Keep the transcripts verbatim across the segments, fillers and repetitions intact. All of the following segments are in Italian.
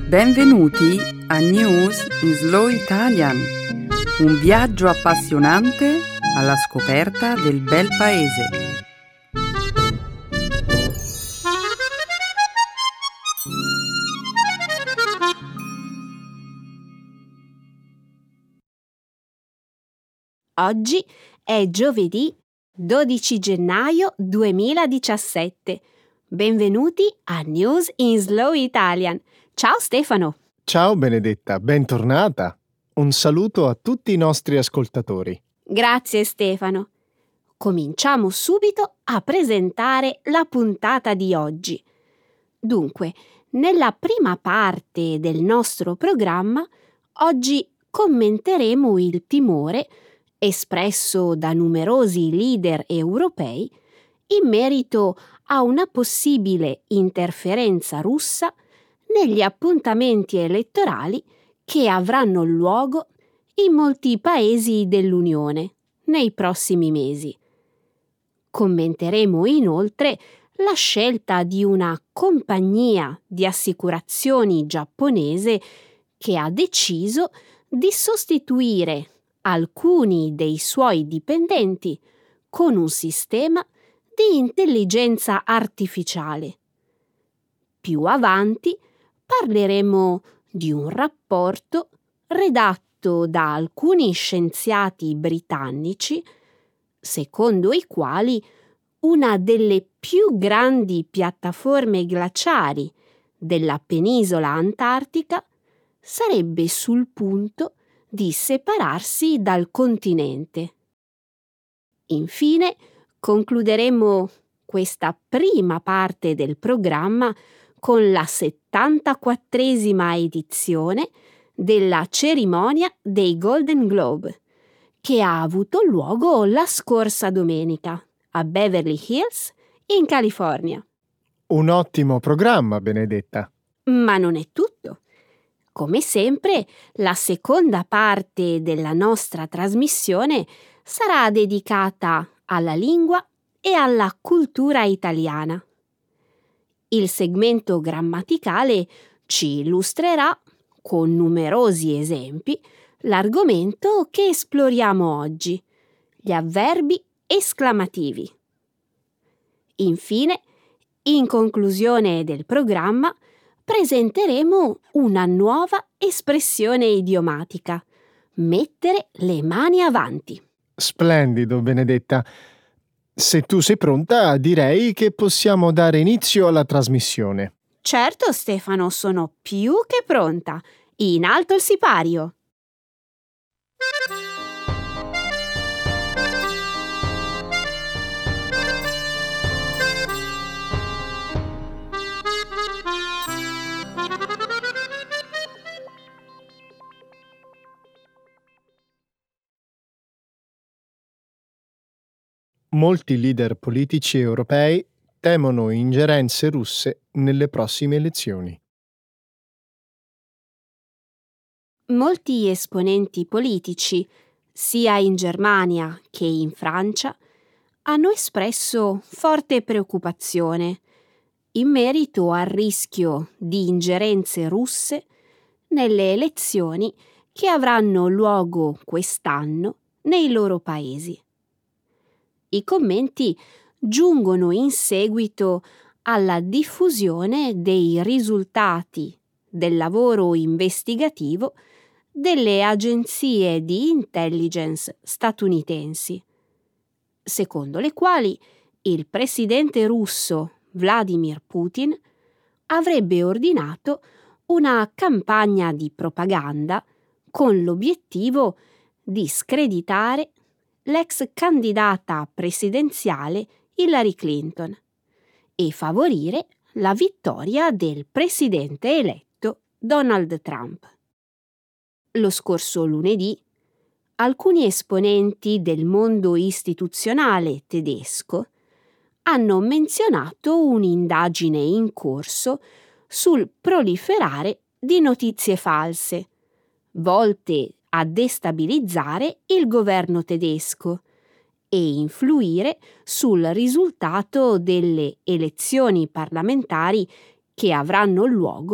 Benvenuti a News in Slow Italian, un viaggio appassionante alla scoperta del bel paese. Oggi è giovedì dodici gennaio duemiladiciassette. Benvenuti a News in Slow Italian. Ciao Stefano. Ciao Benedetta, bentornata. Un saluto a tutti i nostri ascoltatori. Grazie Stefano. Cominciamo subito a presentare la puntata di oggi. Dunque, nella prima parte del nostro programma, oggi commenteremo il timore espresso da numerosi leader europei in merito a una possibile interferenza russa negli appuntamenti elettorali che avranno luogo in molti paesi dell'Unione nei prossimi mesi. Commenteremo inoltre la scelta di una compagnia di assicurazioni giapponese che ha deciso di sostituire alcuni dei suoi dipendenti con un sistema di intelligenza artificiale. Più avanti parleremo di un rapporto redatto da alcuni scienziati britannici, secondo i quali una delle più grandi piattaforme glaciari della penisola antartica sarebbe sul punto di separarsi dal continente. Infine, concluderemo questa prima parte del programma con la settantaquattresima edizione della cerimonia dei Golden Globe, che ha avuto luogo la scorsa domenica a Beverly Hills, in California. Un ottimo programma, Benedetta. Ma non è tutto. Come sempre, la seconda parte della nostra trasmissione sarà dedicata alla lingua e alla cultura italiana. Il segmento grammaticale ci illustrerà, con numerosi esempi, l'argomento che esploriamo oggi, gli avverbi esclamativi. Infine, in conclusione del programma, presenteremo una nuova espressione idiomatica: mettere le mani avanti. Splendido, Benedetta. Se tu sei pronta, direi che possiamo dare inizio alla trasmissione. Certo, Stefano, sono più che pronta. In alto il sipario. Molti leader politici europei temono ingerenze russe nelle prossime elezioni. Molti esponenti politici, sia in Germania che in Francia, hanno espresso forte preoccupazione in merito al rischio di ingerenze russe nelle elezioni che avranno luogo quest'anno nei loro paesi. I commenti giungono in seguito alla diffusione dei risultati del lavoro investigativo delle agenzie di intelligence statunitensi, secondo le quali il presidente russo Vladimir Putin avrebbe ordinato una campagna di propaganda con l'obiettivo di screditare l'ex candidata presidenziale Hillary Clinton e favorire la vittoria del presidente eletto Donald Trump. Lo scorso lunedì, alcuni esponenti del mondo istituzionale tedesco hanno menzionato un'indagine in corso sul proliferare di notizie false, volte a destabilizzare il governo tedesco e influire sul risultato delle elezioni parlamentari che avranno luogo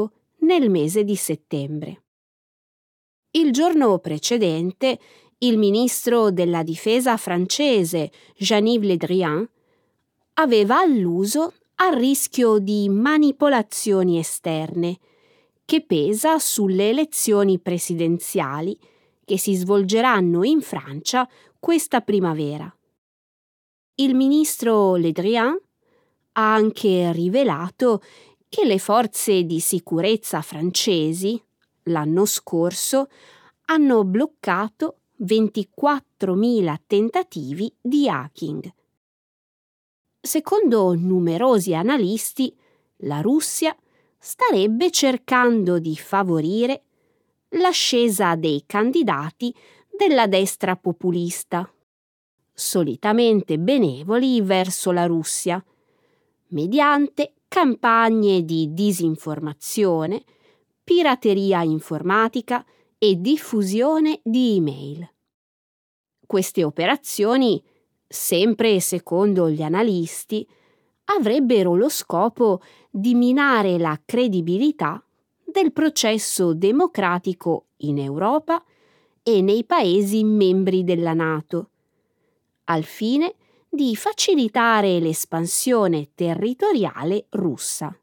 nel mese di settembre. Il giorno precedente, il ministro della difesa francese Jean-Yves Le Drian aveva alluso al rischio di manipolazioni esterne che pesa sulle elezioni presidenziali che si svolgeranno in Francia questa primavera. Il ministro Le Drian ha anche rivelato che le forze di sicurezza francesi l'anno scorso hanno bloccato ventiquattromila tentativi di hacking. Secondo numerosi analisti, la Russia starebbe cercando di favorire l'ascesa dei candidati della destra populista, solitamente benevoli verso la Russia, mediante campagne di disinformazione, pirateria informatica e diffusione di email. Queste operazioni, sempre secondo gli analisti, avrebbero lo scopo di minare la credibilità del processo democratico in Europa e nei Paesi membri della NATO, al fine di facilitare l'espansione territoriale russa.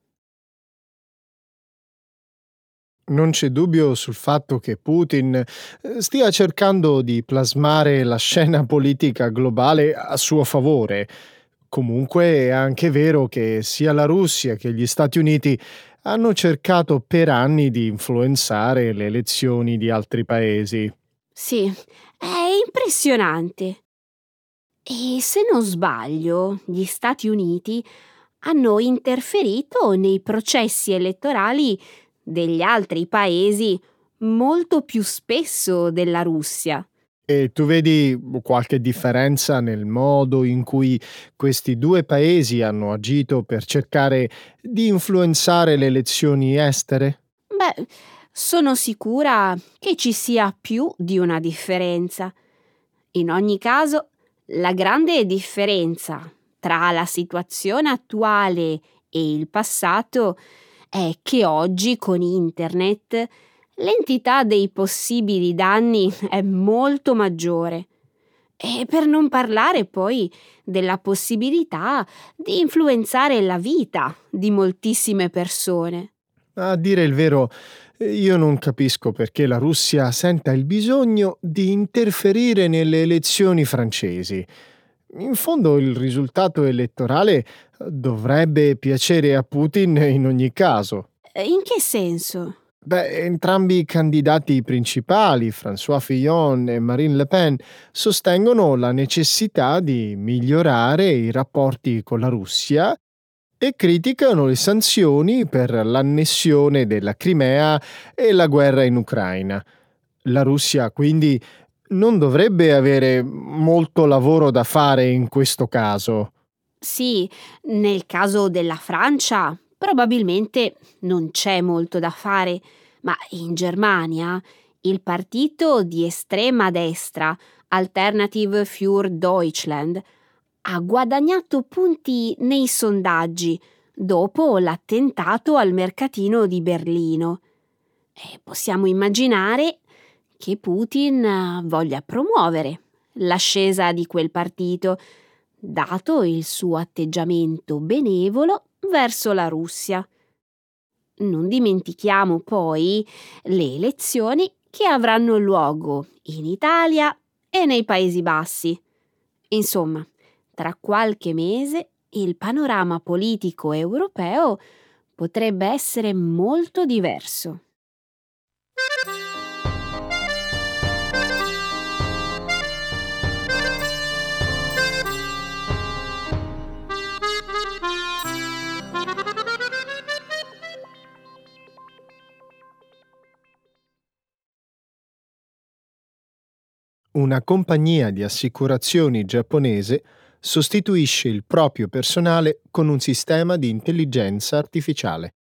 Non c'è dubbio sul fatto che Putin eh, stia cercando di plasmare la scena politica globale a suo favore. Comunque è anche vero che sia la Russia che gli Stati Uniti hanno cercato per anni di influenzare le elezioni di altri paesi. Sì, è impressionante. E se non sbaglio, gli Stati Uniti hanno interferito nei processi elettorali degli altri paesi molto più spesso della Russia. E tu vedi qualche differenza nel modo in cui questi due paesi hanno agito per cercare di influenzare le elezioni estere? Beh, sono sicura che ci sia più di una differenza. In ogni caso, la grande differenza tra la situazione attuale e il passato è che oggi con Internet l'entità dei possibili danni è molto maggiore. E per non parlare poi della possibilità di influenzare la vita di moltissime persone. A dire il vero, io non capisco perché la Russia senta il bisogno di interferire nelle elezioni francesi. In fondo il risultato elettorale dovrebbe piacere a Putin in ogni caso. In che senso? Beh, entrambi i candidati principali, François Fillon e Marine Le Pen, sostengono la necessità di migliorare i rapporti con la Russia e criticano le sanzioni per l'annessione della Crimea e la guerra in Ucraina. La Russia quindi non dovrebbe avere molto lavoro da fare in questo caso. Sì, nel caso della Francia probabilmente non c'è molto da fare, ma in Germania il partito di estrema destra Alternative für Deutschland ha guadagnato punti nei sondaggi dopo l'attentato al mercatino di Berlino. E possiamo immaginare che Putin voglia promuovere l'ascesa di quel partito, dato il suo atteggiamento benevolo verso la Russia. Non dimentichiamo poi le elezioni che avranno luogo in Italia e nei Paesi Bassi. Insomma, tra qualche mese il panorama politico europeo potrebbe essere molto diverso. Una compagnia di assicurazioni giapponese sostituisce il proprio personale con un sistema di intelligenza artificiale.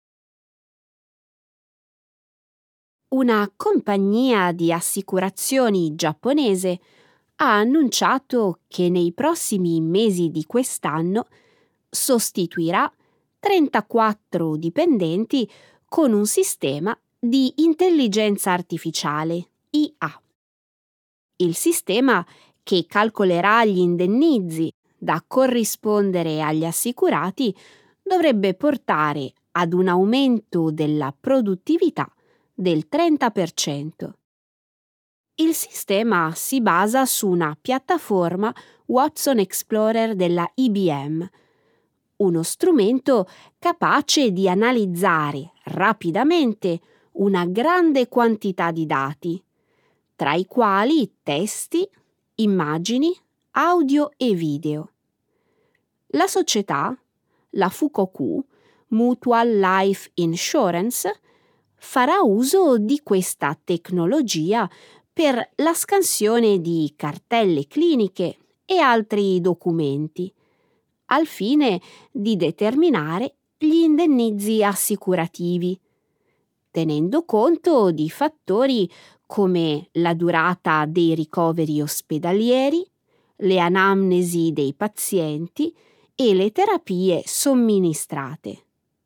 Una compagnia di assicurazioni giapponese ha annunciato che nei prossimi mesi di quest'anno sostituirà trentaquattro dipendenti con un sistema di intelligenza artificiale, I A. Il sistema, che calcolerà gli indennizi da corrispondere agli assicurati, dovrebbe portare ad un aumento della produttività del trenta per cento. Il sistema si basa su una piattaforma Watson Explorer della I B M, uno strumento capace di analizzare rapidamente una grande quantità di dati, tra i quali testi, immagini, audio e video. La società, la Fukoku, Mutual Life Insurance, farà uso di questa tecnologia per la scansione di cartelle cliniche e altri documenti, al fine di determinare gli indennizi assicurativi, tenendo conto di fattori come la durata dei ricoveri ospedalieri, le anamnesi dei pazienti e le terapie somministrate.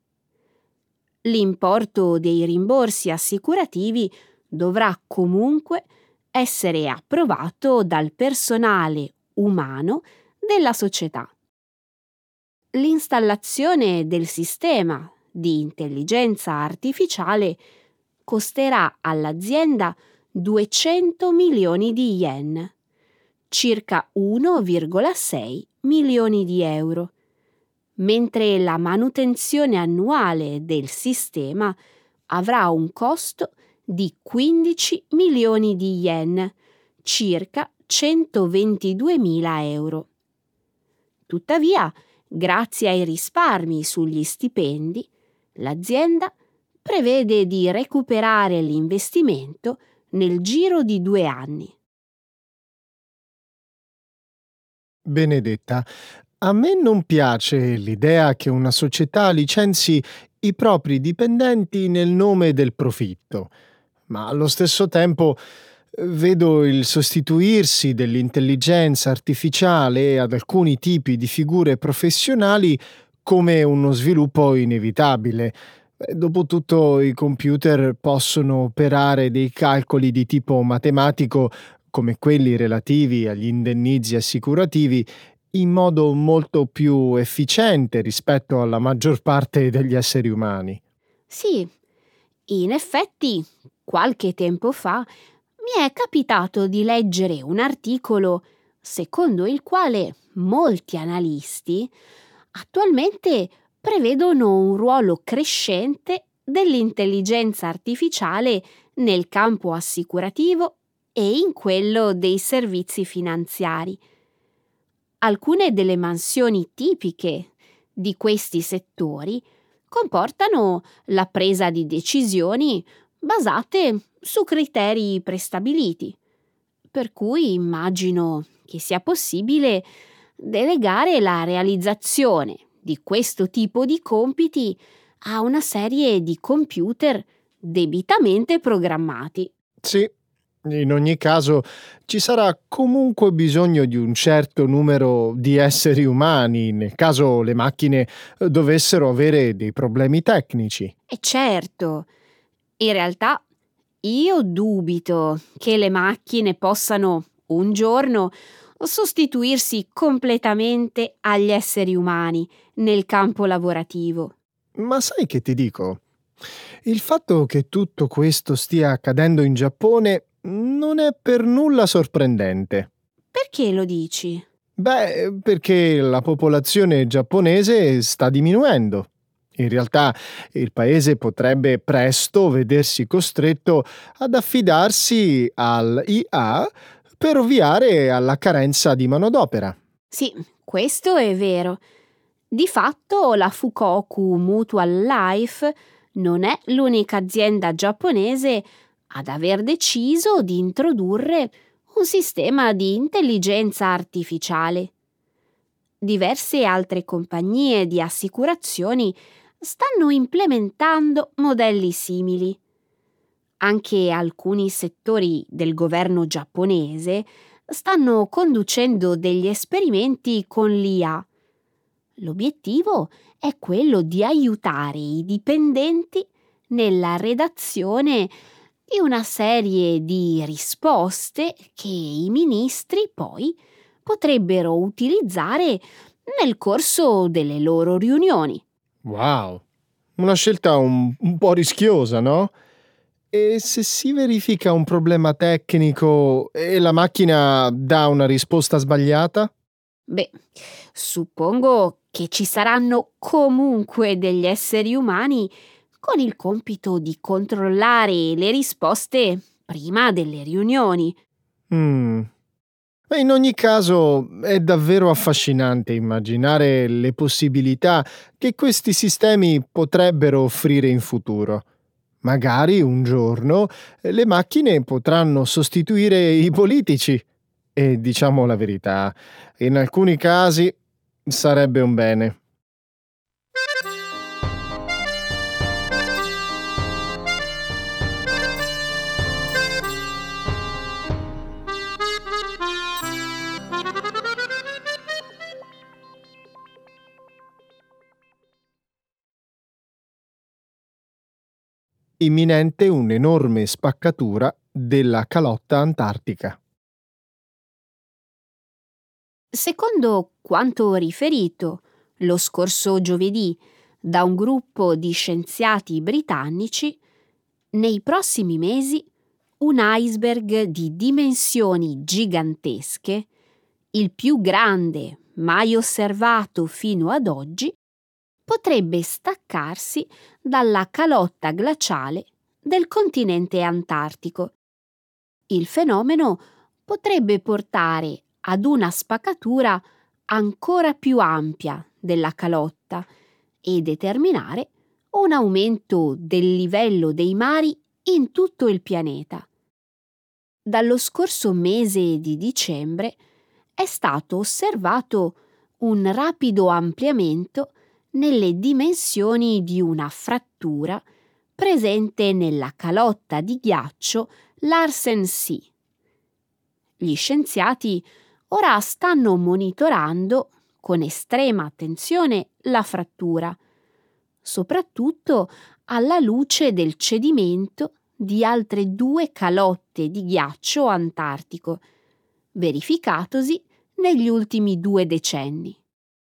L'importo dei rimborsi assicurativi dovrà comunque essere approvato dal personale umano della società. L'installazione del sistema di intelligenza artificiale costerà all'azienda duecento milioni di yen, circa uno virgola sei milioni di euro, mentre la manutenzione annuale del sistema avrà un costo di quindici milioni di yen, circa centoventiduemila euro. Tuttavia, grazie ai risparmi sugli stipendi, l'azienda prevede di recuperare l'investimento nel giro di due anni. Benedetta, a me non piace l'idea che una società licenzi i propri dipendenti nel nome del profitto, ma allo stesso tempo eh, vedo il sostituirsi dell'intelligenza artificiale ad alcuni tipi di figure professionali come uno sviluppo inevitabile. Eh, Dopotutto i computer possono operare dei calcoli di tipo matematico come quelli relativi agli indennizi assicurativi in modo molto più efficiente rispetto alla maggior parte degli esseri umani. Sì, in effetti, qualche tempo fa mi è capitato di leggere un articolo secondo il quale molti analisti attualmente prevedono un ruolo crescente dell'intelligenza artificiale nel campo assicurativo e in quello dei servizi finanziari. Alcune delle mansioni tipiche di questi settori comportano la presa di decisioni basate su criteri prestabiliti, per cui immagino che sia possibile delegare la realizzazione di questo tipo di compiti a una serie di computer debitamente programmati. Sì, in ogni caso ci sarà comunque bisogno di un certo numero di esseri umani nel caso le macchine eh, dovessero avere dei problemi tecnici. E certo, in realtà io dubito che le macchine possano un giorno sostituirsi completamente agli esseri umani nel campo lavorativo. Ma sai che ti dico? Il fatto che tutto questo stia accadendo in Giappone non è per nulla sorprendente. Perché lo dici? Beh, perché la popolazione giapponese sta diminuendo. In realtà il paese potrebbe presto vedersi costretto ad affidarsi all'I A per ovviare alla carenza di manodopera. Sì, questo è vero. Di fatto la Fukoku Mutual Life non è l'unica azienda giapponese ad aver deciso di introdurre un sistema di intelligenza artificiale. Diverse altre compagnie di assicurazioni stanno implementando modelli simili. Anche alcuni settori del governo giapponese stanno conducendo degli esperimenti con l'I A. L'obiettivo è quello di aiutare i dipendenti nella redazione di una serie di risposte che i ministri poi potrebbero utilizzare nel corso delle loro riunioni. Wow, una scelta un, un po' rischiosa, no? E se si verifica un problema tecnico e la macchina dà una risposta sbagliata? Beh, suppongo che ci saranno comunque degli esseri umani con il compito di controllare le risposte prima delle riunioni. Mm. Ma in ogni caso è davvero affascinante immaginare le possibilità che questi sistemi potrebbero offrire in futuro. Magari un giorno eh, le macchine potranno sostituire i politici. E diciamo la verità, in alcuni casi sarebbe un bene. Imminente un'enorme spaccatura della calotta antartica. Secondo quanto riferito lo scorso giovedì da un gruppo di scienziati britannici, nei prossimi mesi un iceberg di dimensioni gigantesche, il più grande mai osservato fino ad oggi, potrebbe staccarsi dalla calotta glaciale del continente antartico. Il fenomeno potrebbe portare ad una spaccatura ancora più ampia della calotta e determinare un aumento del livello dei mari in tutto il pianeta. Dallo scorso mese di dicembre è stato osservato un rapido ampliamento nelle dimensioni di una frattura presente nella calotta di ghiaccio Larsen C. Gli scienziati ora stanno monitorando con estrema attenzione la frattura, soprattutto alla luce del cedimento di altre due calotte di ghiaccio antartico, verificatosi negli ultimi due decenni.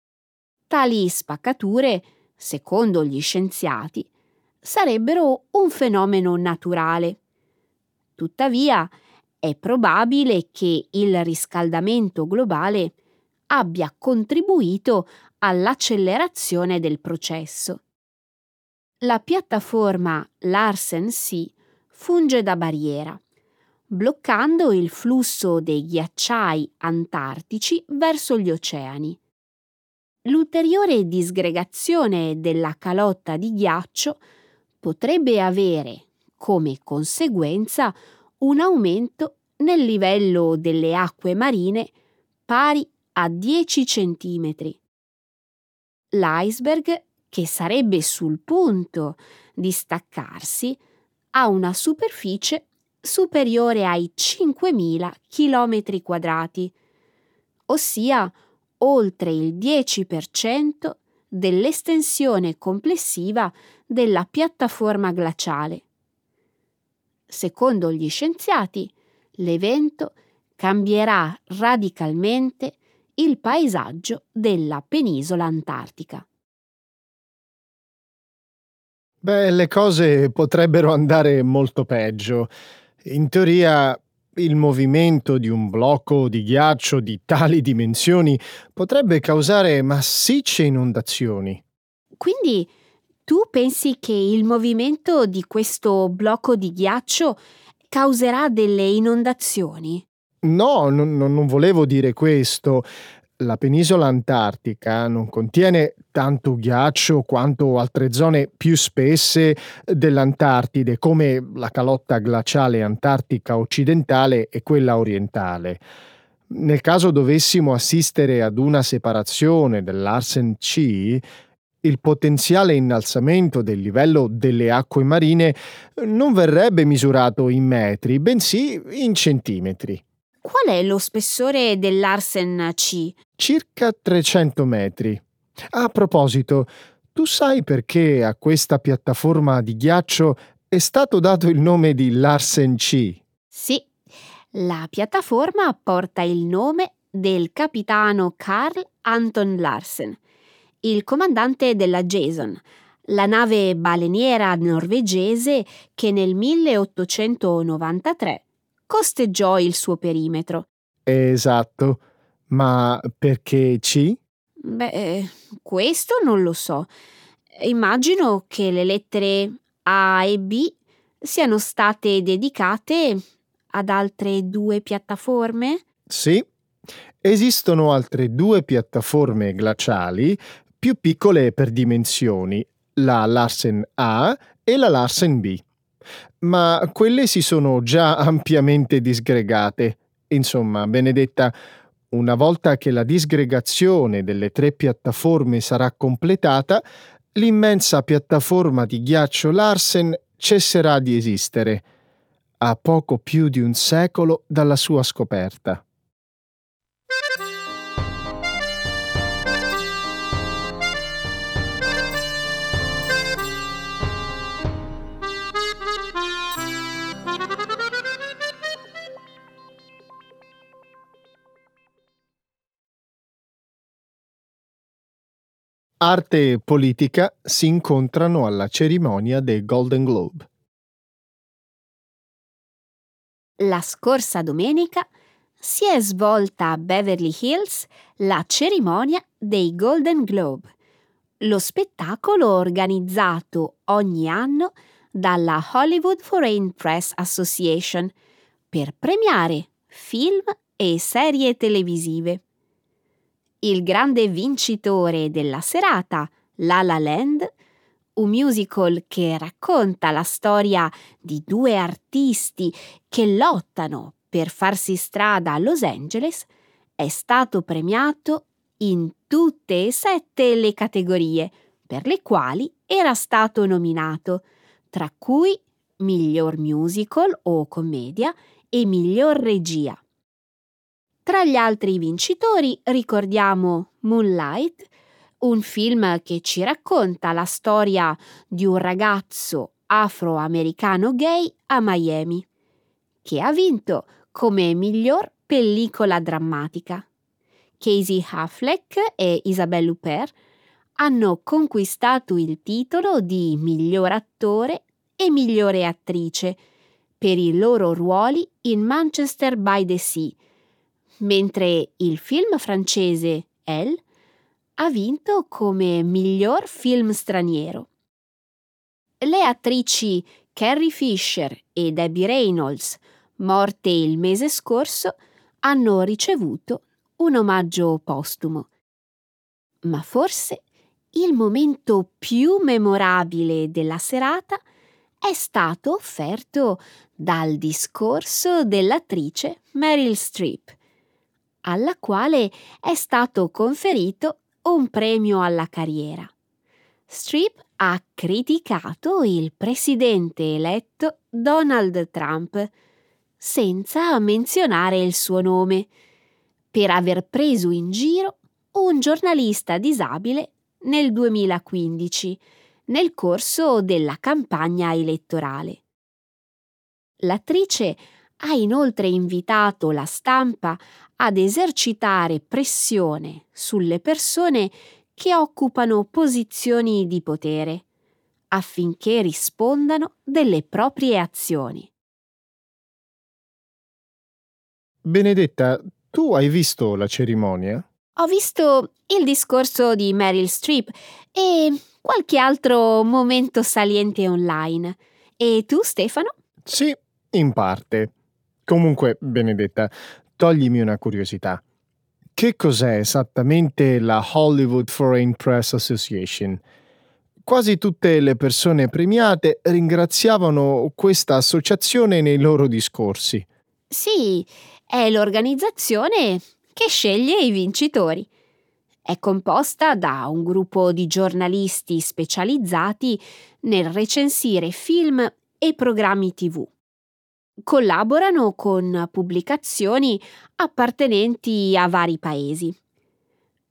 Tali spaccature, secondo gli scienziati, sarebbero un fenomeno naturale. Tuttavia, è probabile che il riscaldamento globale abbia contribuito all'accelerazione del processo. La piattaforma Larsen C funge da barriera, bloccando il flusso dei ghiacciai antartici verso gli oceani. L'ulteriore disgregazione della calotta di ghiaccio potrebbe avere come conseguenza un aumento nel livello delle acque marine pari a dieci centimetri. L'iceberg, che sarebbe sul punto di staccarsi, ha una superficie superiore ai cinquemila chilometri quadrati, ossia oltre il dieci per cento dell'estensione complessiva della piattaforma glaciale. Secondo gli scienziati, l'evento cambierà radicalmente il paesaggio della penisola antartica. Beh, le cose potrebbero andare molto peggio. In teoria, il movimento di un blocco di ghiaccio di tali dimensioni potrebbe causare massicce inondazioni. Quindi tu pensi che il movimento di questo blocco di ghiaccio causerà delle inondazioni? No, non, non non volevo dire questo. La penisola antartica non contiene tanto ghiaccio quanto altre zone più spesse dell'Antartide, come la calotta glaciale antartica occidentale e quella orientale. Nel caso dovessimo assistere ad una separazione dell'Larsen C, il potenziale innalzamento del livello delle acque marine non verrebbe misurato in metri, bensì in centimetri. Qual è lo spessore dell'Arsen C? Circa trecento metri. A proposito, Tu sai perché a questa piattaforma di ghiaccio è stato dato il nome di Larsen C? Sì, la piattaforma porta il nome del capitano Carl Anton Larsen, il comandante della Jason, la nave baleniera norvegese che nel milleottocentonovantatré costeggiò il suo perimetro. Esatto, ma perché C? Beh, eh, questo non lo so. Immagino che le lettere A e B siano state dedicate ad altre due piattaforme? Sì, esistono altre due piattaforme glaciali più piccole per dimensioni, la Larsen A e la Larsen B. Ma quelle si sono già ampiamente disgregate. Insomma, Benedetta, una volta che la disgregazione delle tre piattaforme sarà completata, l'immensa piattaforma di ghiaccio Larsen cesserà di esistere, a poco più di un secolo dalla sua scoperta. Arte e politica si incontrano alla cerimonia dei Golden Globe. La scorsa domenica si è svolta a Beverly Hills la cerimonia dei Golden Globe, lo spettacolo organizzato ogni anno dalla Hollywood Foreign Press Association per premiare film e serie televisive. Il grande vincitore della serata, La La Land, un musical che racconta la storia di due artisti che lottano per farsi strada a Los Angeles, è stato premiato in tutte e sette le categorie per le quali era stato nominato, tra cui miglior musical o commedia e miglior regia. Tra gli altri vincitori ricordiamo Moonlight, un film che ci racconta la storia di un ragazzo afroamericano gay a Miami, che ha vinto come miglior pellicola drammatica. Casey Affleck e Isabelle Huppert hanno conquistato il titolo di miglior attore e migliore attrice per i loro ruoli in Manchester by the Sea, mentre il film francese Elle ha vinto come miglior film straniero. Le attrici Carrie Fisher e Debbie Reynolds, morte il mese scorso, hanno ricevuto un omaggio postumo. Ma forse il momento più memorabile della serata è stato offerto dal discorso dell'attrice Meryl Streep, alla quale è stato conferito un premio alla carriera. Streep ha criticato il presidente eletto Donald Trump, senza menzionare il suo nome, per aver preso in giro un giornalista disabile nel duemilaquindici, nel corso della campagna elettorale. L'attrice ha inoltre invitato la stampa ad esercitare pressione sulle persone che occupano posizioni di potere, affinché rispondano delle proprie azioni. Benedetta, tu hai visto la cerimonia? Ho visto il discorso di Meryl Streep e qualche altro momento saliente online. E tu, Stefano? Sì, in parte. Comunque, Benedetta, toglimi una curiosità. Che cos'è esattamente la Hollywood Foreign Press Association? Quasi tutte le persone premiate ringraziavano questa associazione nei loro discorsi. Sì, è l'organizzazione che sceglie i vincitori. È composta da un gruppo di giornalisti specializzati nel recensire film e programmi tivù. Collaborano con pubblicazioni appartenenti a vari paesi.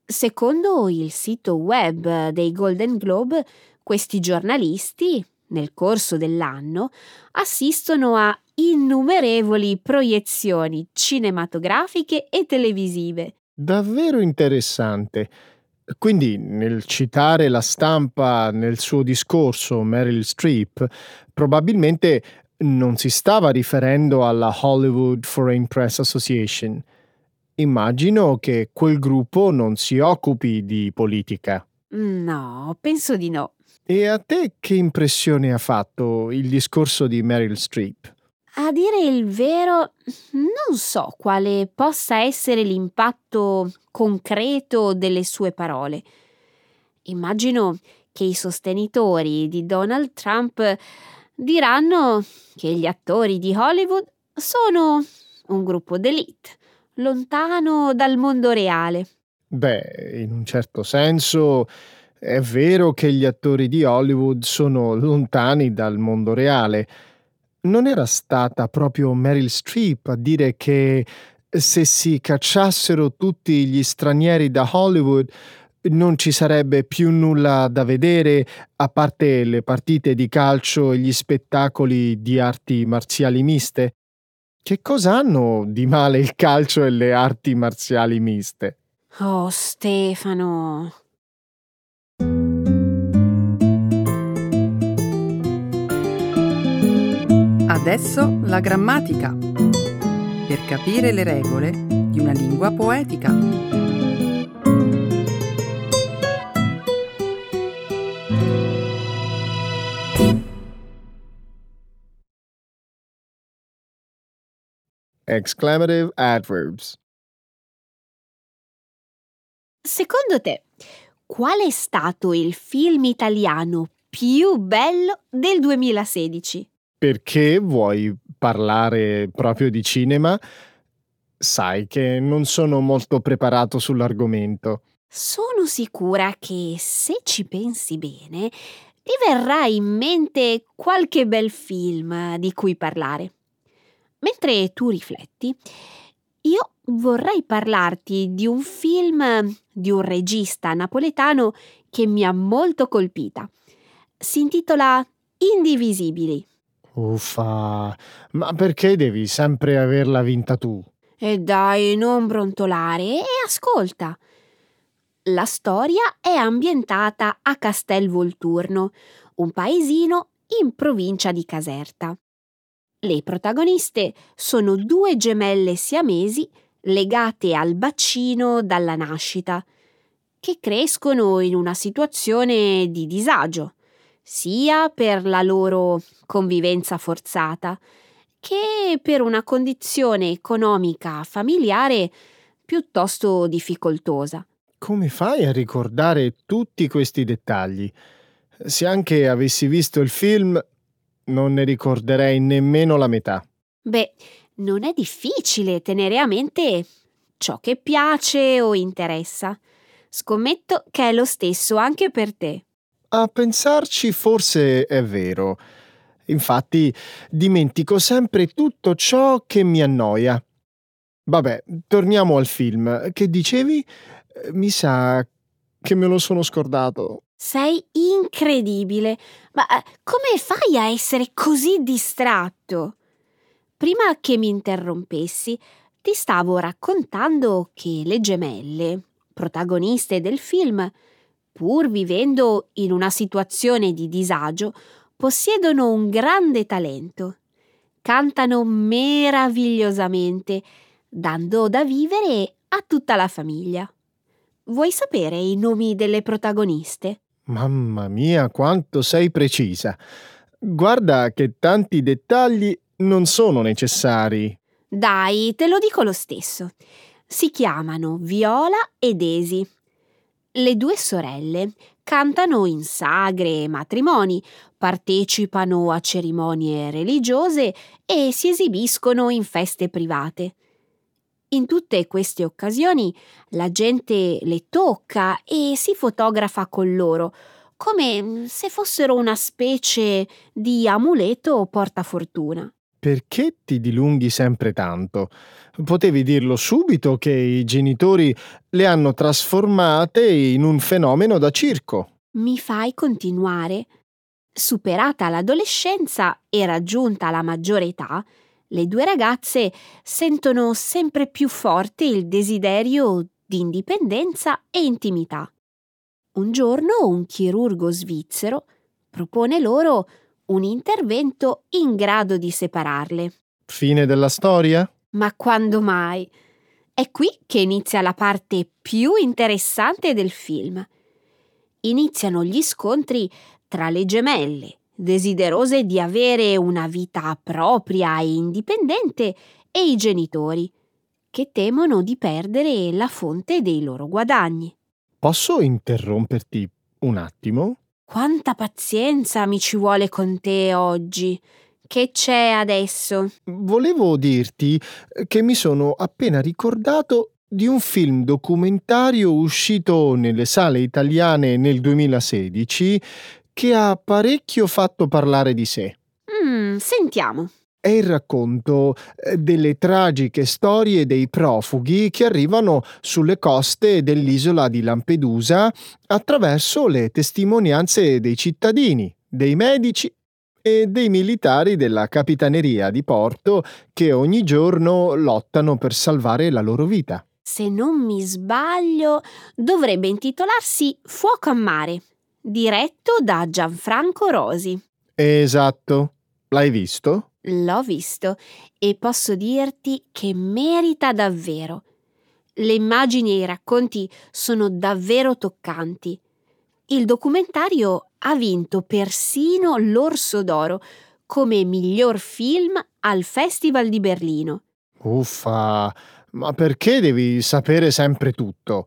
Secondo il sito web dei Golden Globe, questi giornalisti, nel corso dell'anno, assistono a innumerevoli proiezioni cinematografiche e televisive. Davvero interessante. Quindi, nel citare la stampa nel suo discorso, Meryl Streep probabilmente non si stava riferendo alla Hollywood Foreign Press Association. Immagino che quel gruppo non si occupi di politica. No, penso di no. E a te che impressione ha fatto il discorso di Meryl Streep? A dire il vero, non so quale possa essere l'impatto concreto delle sue parole. Immagino che i sostenitori di Donald Trump diranno che gli attori di Hollywood sono un gruppo d'élite, lontano dal mondo reale. Beh, in un certo senso è vero che gli attori di Hollywood sono lontani dal mondo reale. Non era stata proprio Meryl Streep a dire che se si cacciassero tutti gli stranieri da Hollywood non ci sarebbe più nulla da vedere a parte le partite di calcio e gli spettacoli di arti marziali miste? Che cosa hanno di male il calcio e le arti marziali miste? Oh, Stefano. Adesso la grammatica, per capire le regole di una lingua poetica. Exclamative adverbs. Secondo te, qual è stato il film italiano più bello del duemilasedici? Perché vuoi parlare proprio di cinema? Sai che non sono molto preparato sull'argomento. Sono sicura che, se ci pensi bene, ti verrà in mente qualche bel film di cui parlare. Mentre tu rifletti, io vorrei parlarti di un film di un regista napoletano che mi ha molto colpita. Si intitola Indivisibili. Uffa, ma perché devi sempre averla vinta tu? E dai, non brontolare e ascolta. La storia è ambientata a Castelvolturno, un paesino in provincia di Caserta. Le protagoniste sono due gemelle siamesi legate al bacino dalla nascita, che crescono in una situazione di disagio, sia per la loro convivenza forzata, che per una condizione economica familiare piuttosto difficoltosa. Come fai a ricordare tutti questi dettagli? Se anche avessi visto il film, non ne ricorderei nemmeno la metà. Beh, non è difficile tenere a mente ciò che piace o interessa. Scommetto che è lo stesso anche per te. A pensarci forse è vero. Infatti, dimentico sempre tutto ciò che mi annoia. Vabbè, torniamo al film. Che dicevi? Eh, Mi sa che me lo sono scordato. Sei incredibile, ma eh, come fai a essere così distratto? Prima che mi interrompessi, ti stavo raccontando che le gemelle, protagoniste del film, pur vivendo in una situazione di disagio, possiedono un grande talento. Cantano meravigliosamente, dando da vivere a tutta la famiglia. Vuoi sapere i nomi delle protagoniste? Mamma mia, quanto sei precisa. Guarda che tanti dettagli non sono necessari. Dai, te lo dico lo stesso. Si chiamano Viola e Daisy. Le due sorelle cantano in sagre e matrimoni, partecipano a cerimonie religiose e si esibiscono in feste private. In tutte queste occasioni la gente le tocca e si fotografa con loro, come se fossero una specie di amuleto portafortuna. Perché ti dilunghi sempre tanto? Potevi dirlo subito che i genitori le hanno trasformate in un fenomeno da circo. Mi fai continuare? Superata l'adolescenza e raggiunta la maggiore età, le due ragazze sentono sempre più forte il desiderio di indipendenza e intimità. Un giorno un chirurgo svizzero propone loro un intervento in grado di separarle. Fine della storia? Ma quando mai? È qui che inizia la parte più interessante del film. Iniziano gli scontri tra le gemelle, desiderose di avere una vita propria e indipendente, e i genitori, che temono di perdere la fonte dei loro guadagni. Posso interromperti un attimo? Quanta pazienza mi ci vuole con te oggi? Che c'è adesso? Volevo dirti che mi sono appena ricordato di un film documentario uscito nelle sale italiane nel duemilasedici che ha parecchio fatto parlare di sé. Mm, sentiamo. È il racconto eh, delle tragiche storie dei profughi che arrivano sulle coste dell'isola di Lampedusa attraverso le testimonianze dei cittadini, dei medici e dei militari della capitaneria di porto che ogni giorno lottano per salvare la loro vita. Se non mi sbaglio, dovrebbe intitolarsi Fuoco a mare, diretto da Gianfranco Rosi. Esatto. L'hai visto? L'ho visto e posso dirti che merita davvero. Le immagini e i racconti sono davvero toccanti. Il documentario ha vinto persino l'Orso d'Oro come miglior film al Festival di Berlino. Uffa, ma perché devi sapere sempre tutto?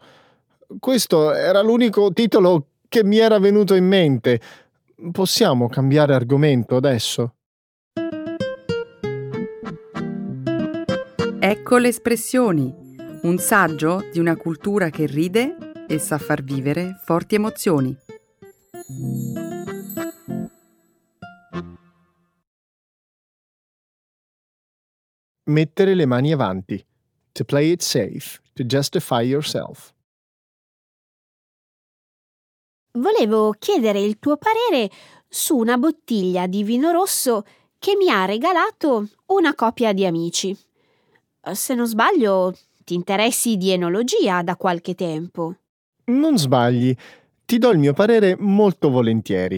Questo era l'unico titolo che mi era venuto in mente. Possiamo cambiare argomento adesso? Ecco le espressioni, un saggio di una cultura che ride e sa far vivere forti emozioni. Mettere le mani avanti. To play it safe, to justify yourself. Volevo chiedere il tuo parere su una bottiglia di vino rosso che mi ha regalato una coppia di amici. Se non sbaglio, ti interessi di enologia da qualche tempo. Non sbagli, ti do il mio parere molto volentieri.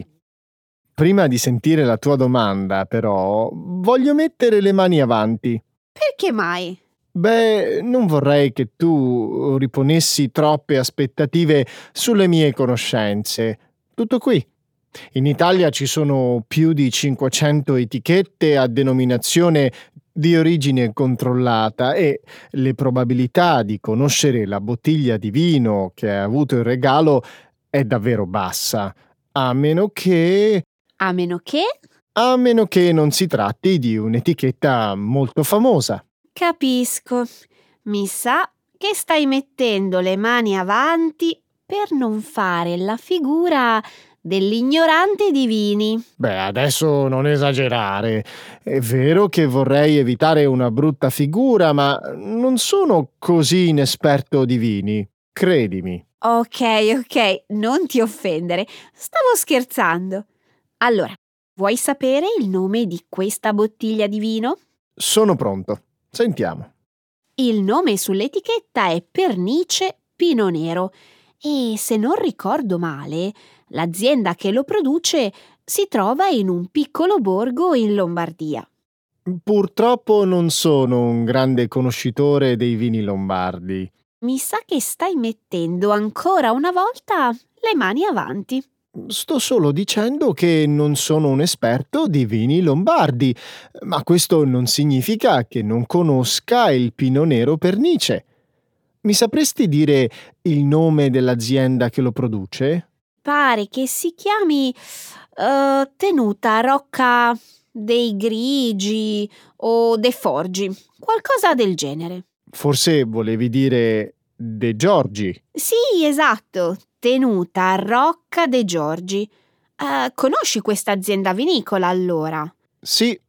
Prima di sentire la tua domanda, però, voglio mettere le mani avanti. Perché mai? Beh, non vorrei che tu riponessi troppe aspettative sulle mie conoscenze. Tutto qui. In Italia ci sono più di cinquecento etichette a denominazione di origine controllata e le probabilità di conoscere la bottiglia di vino che hai avuto in regalo è davvero bassa, a meno che... A meno che? a meno che non si tratti di un'etichetta molto famosa. Capisco. Mi sa che stai mettendo le mani avanti per non fare la figura dell'ignorante di vini. Beh, adesso non esagerare. È vero che vorrei evitare una brutta figura, ma non sono così inesperto di vini. Credimi. Ok, ok, non ti offendere. Stavo scherzando. Allora, vuoi sapere il nome di questa bottiglia di vino? Sono pronto. Sentiamo. Il nome sull'etichetta è Pernice Pinot Nero e, se non ricordo male, l'azienda che lo produce si trova in un piccolo borgo in Lombardia. Purtroppo non sono un grande conoscitore dei vini lombardi. Mi sa che stai mettendo ancora una volta le mani avanti. Sto solo dicendo che non sono un esperto di vini lombardi, ma questo non significa che non conosca il Pinot Nero Pernice. Mi sapresti dire il nome dell'azienda che lo produce? Pare che si chiami uh, Tenuta Rocca dei Grigi o De Forgi, qualcosa del genere. Forse volevi dire De Giorgi. Sì, esatto, Tenuta Rocca De Giorgi. Uh, conosci questa azienda vinicola allora? Sì,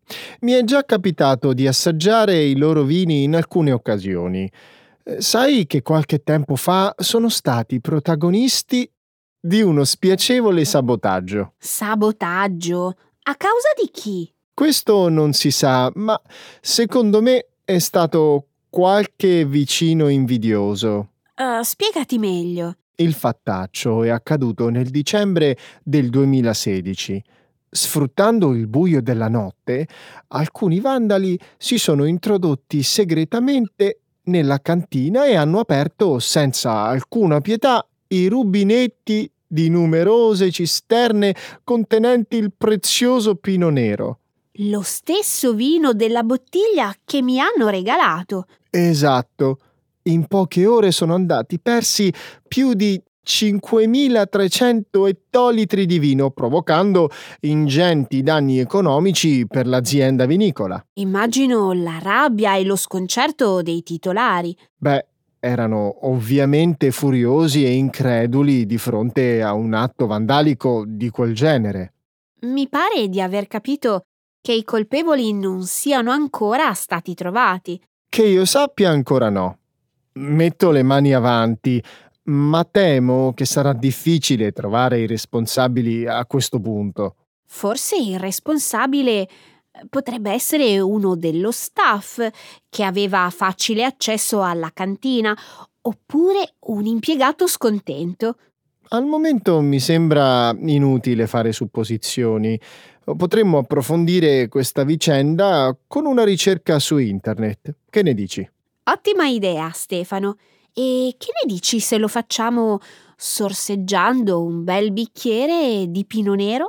Mi è già capitato di assaggiare i loro vini in alcune occasioni. Eh, Sai che qualche tempo fa sono stati protagonisti di uno spiacevole sabotaggio. Sabotaggio? A causa di chi? Questo non si sa, ma secondo me è stato qualche vicino invidioso. Eh, spiegati meglio. Il fattaccio è accaduto nel dicembre del duemilasedici. Sfruttando il buio della notte, alcuni vandali si sono introdotti segretamente nella cantina e hanno aperto senza alcuna pietà i rubinetti di numerose cisterne contenenti il prezioso pino nero. Lo stesso vino della bottiglia che mi hanno regalato. Esatto. In poche ore sono andati persi più di cinquemilatrecento ettolitri di vino, provocando ingenti danni economici per l'azienda vinicola. Immagino la rabbia e lo sconcerto dei titolari. Beh, erano ovviamente furiosi e increduli di fronte a un atto vandalico di quel genere. Mi pare di aver capito che i colpevoli non siano ancora stati trovati. Che io sappia ancora no. Metto le mani avanti, ma temo che sarà difficile trovare i responsabili a questo punto. Forse il responsabile eh, potrebbe essere uno dello staff che aveva facile accesso alla cantina, oppure un impiegato scontento. Al momento mi sembra inutile fare supposizioni. Potremmo approfondire questa vicenda con una ricerca su internet. Che ne dici? Ottima idea, Stefano. E che ne dici se lo facciamo sorseggiando un bel bicchiere di Pino Nero?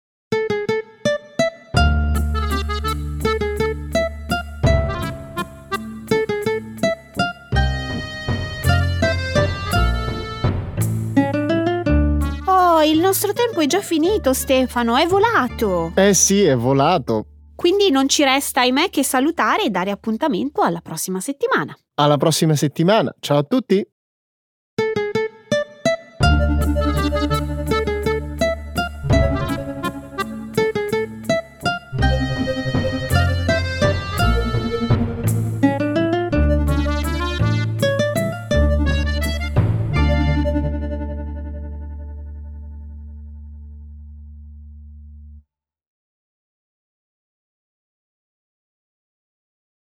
Oh, il nostro tempo è già finito, Stefano, è volato. Eh sì, è volato. Quindi non ci resta, ahimè, che salutare e dare appuntamento alla prossima settimana. Alla prossima settimana. Ciao a tutti!